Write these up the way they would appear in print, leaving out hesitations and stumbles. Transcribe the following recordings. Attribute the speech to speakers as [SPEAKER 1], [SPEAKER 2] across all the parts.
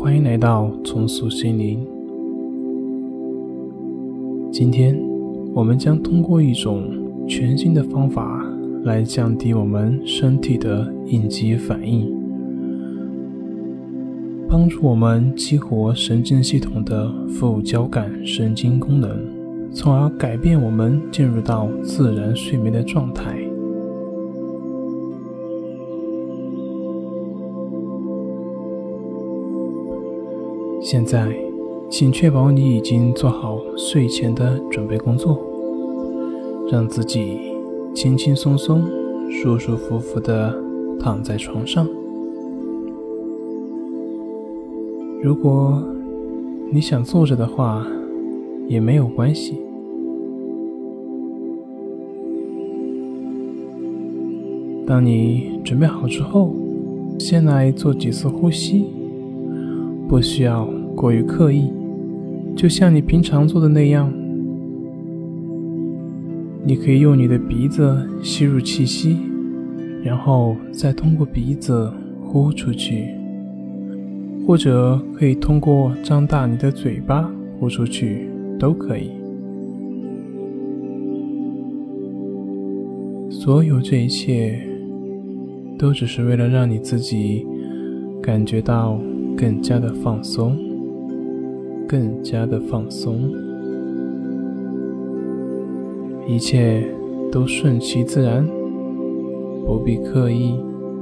[SPEAKER 1] 欢迎来到重塑心灵。今天我们将通过一种全新的方法来降低我们身体的应激反应，帮助我们激活神经系统的副交感神经功能，从而改变我们进入到自然睡眠的状态。现在，请确保你已经做好睡前的准备工作，让自己轻轻松松、舒舒服服地躺在床上。如果你想坐着的话，也没有关系。当你准备好之后，先来做几次呼吸，不需要过于刻意，就像你平常做的那样。你可以用你的鼻子吸入气息，然后再通过鼻子呼出去，或者可以通过张大你的嘴巴呼出去，都可以。所有这一切都只是为了让你自己感觉到更加的放松，更加的放松，一切都顺其自然，不必刻意。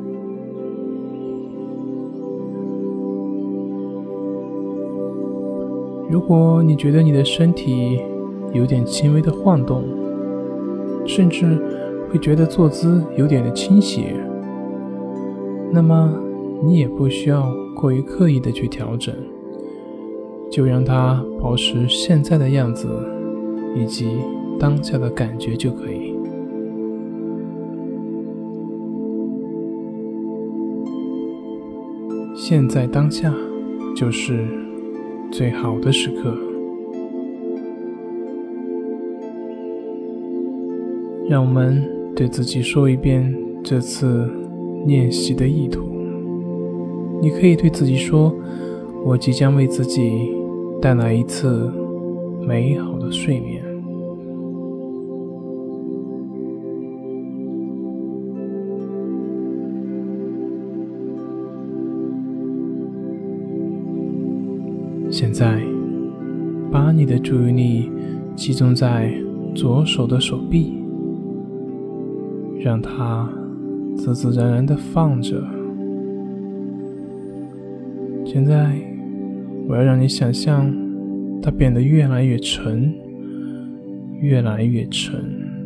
[SPEAKER 1] 如果你觉得你的身体有点轻微的晃动，甚至会觉得坐姿有点的倾斜，那么你也不需要过于刻意的去调整，就让它保持现在的样子以及当下的感觉就可以。现在当下就是最好的时刻。让我们对自己说一遍这次练习的意图。你可以对自己说，我即将为自己带来一次美好的睡眠。现在，把你的注意力集中在左手的手臂，让它自自然然地放着。现在，我要让你想象它变得越来越沉，越来越沉。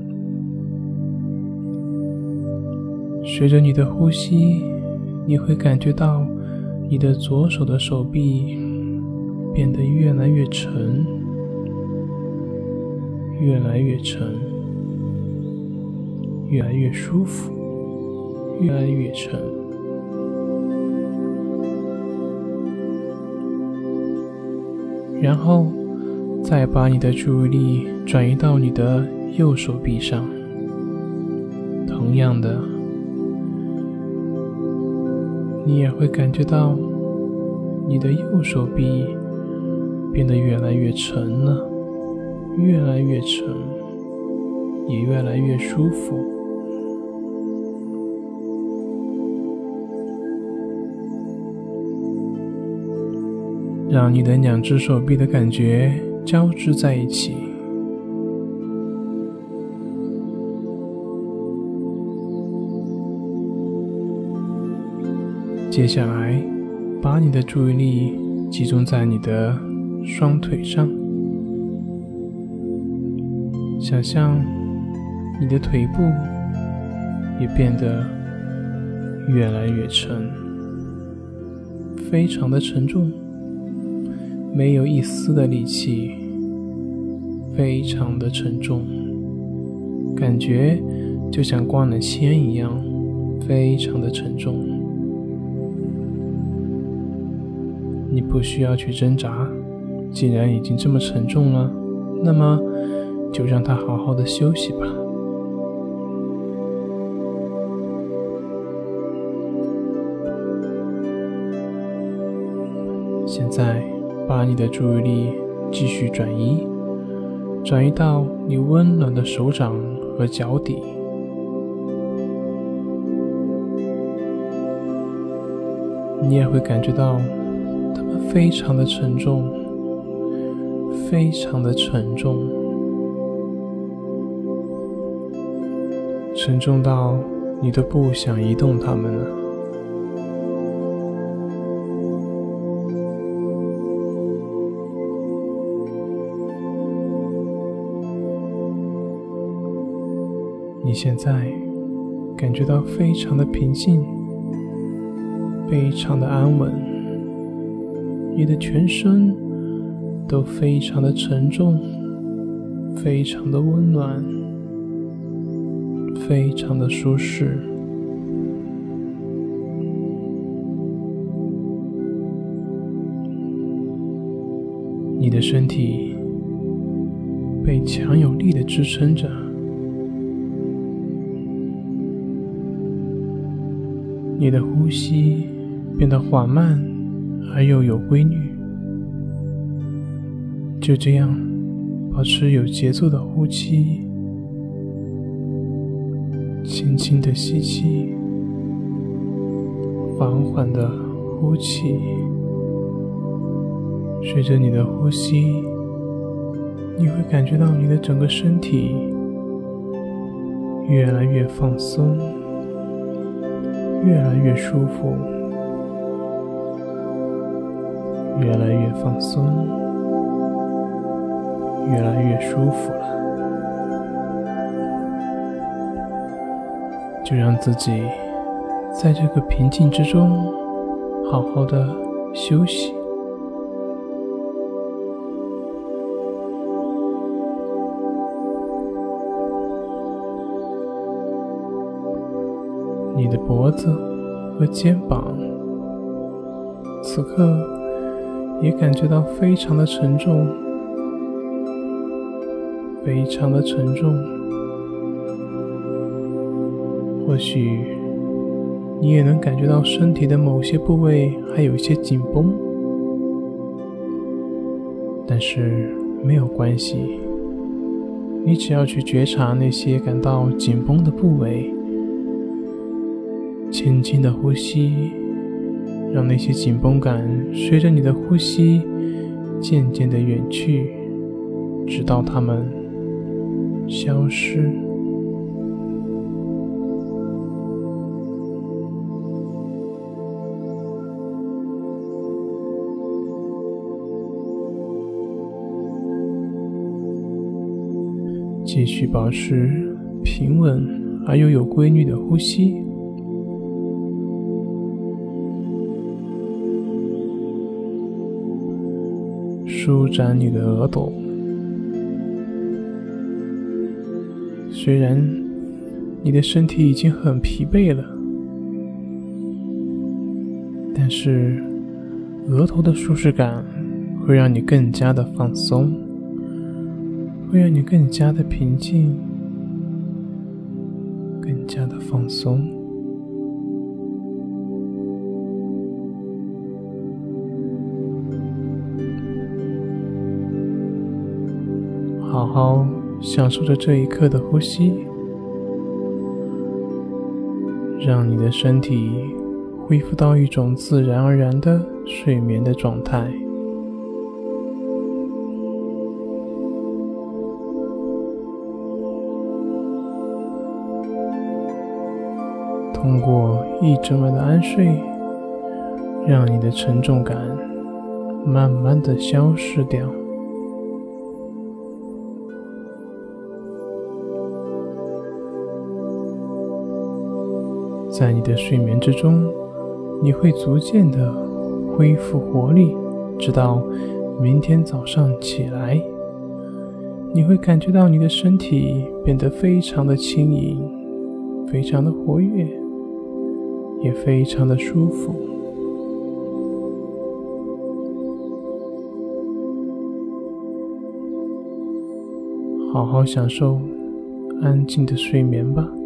[SPEAKER 1] 随着你的呼吸，你会感觉到你的左手的手臂变得越来越沉，越来越沉，越来越舒服，越来越沉。然后再把你的注意力转移到你的右手臂上，同样的，你也会感觉到你的右手臂变得越来越沉了，越来越沉，也越来越舒服。让你的两只手臂的感觉交织在一起。接下来，把你的注意力集中在你的双腿上，想象你的腿部也变得越来越沉，非常的沉重，没有一丝的力气，非常的沉重，感觉就像灌了铅一样，非常的沉重。你不需要去挣扎，既然已经这么沉重了，那么就让它好好的休息吧。 现在把你的注意力继续转移到你温暖的手掌和脚底。你也会感觉到它们非常的沉重，非常的沉重，沉重到你都不想移动它们了。你现在感觉到非常的平静，非常的安稳，你的全身都非常的沉重，非常的温暖，非常的舒适。你的身体被强有力的支撑着，你的呼吸变得缓慢而又有规律，就这样保持有节奏的呼气，轻轻的吸气，缓缓的呼气。随着你的呼吸，你会感觉到你的整个身体越来越放松，越来越舒服，越来越放松，越来越舒服了。就让自己在这个平静之中好好的休息。你的脖子和肩膀此刻也感觉到非常的沉重，非常的沉重。或许你也能感觉到身体的某些部位还有一些紧绷，但是没有关系，你只要去觉察那些感到紧绷的部位，轻轻的呼吸，让那些紧绷感随着你的呼吸渐渐的远去，直到它们消失。继续保持平稳而又有规律的呼吸。舒展你的额头，虽然你的身体已经很疲惫了，但是额头的舒适感会让你更加的放松，会让你更加的平静，更加的放松。好好享受着这一刻的呼吸，让你的身体恢复到一种自然而然的睡眠的状态。通过一整晚的安睡，让你的沉重感慢慢的消失掉。在你的睡眠之中，你会逐渐的恢复活力，直到明天早上起来，你会感觉到你的身体变得非常的轻盈，非常的活跃，也非常的舒服。好好享受安静的睡眠吧。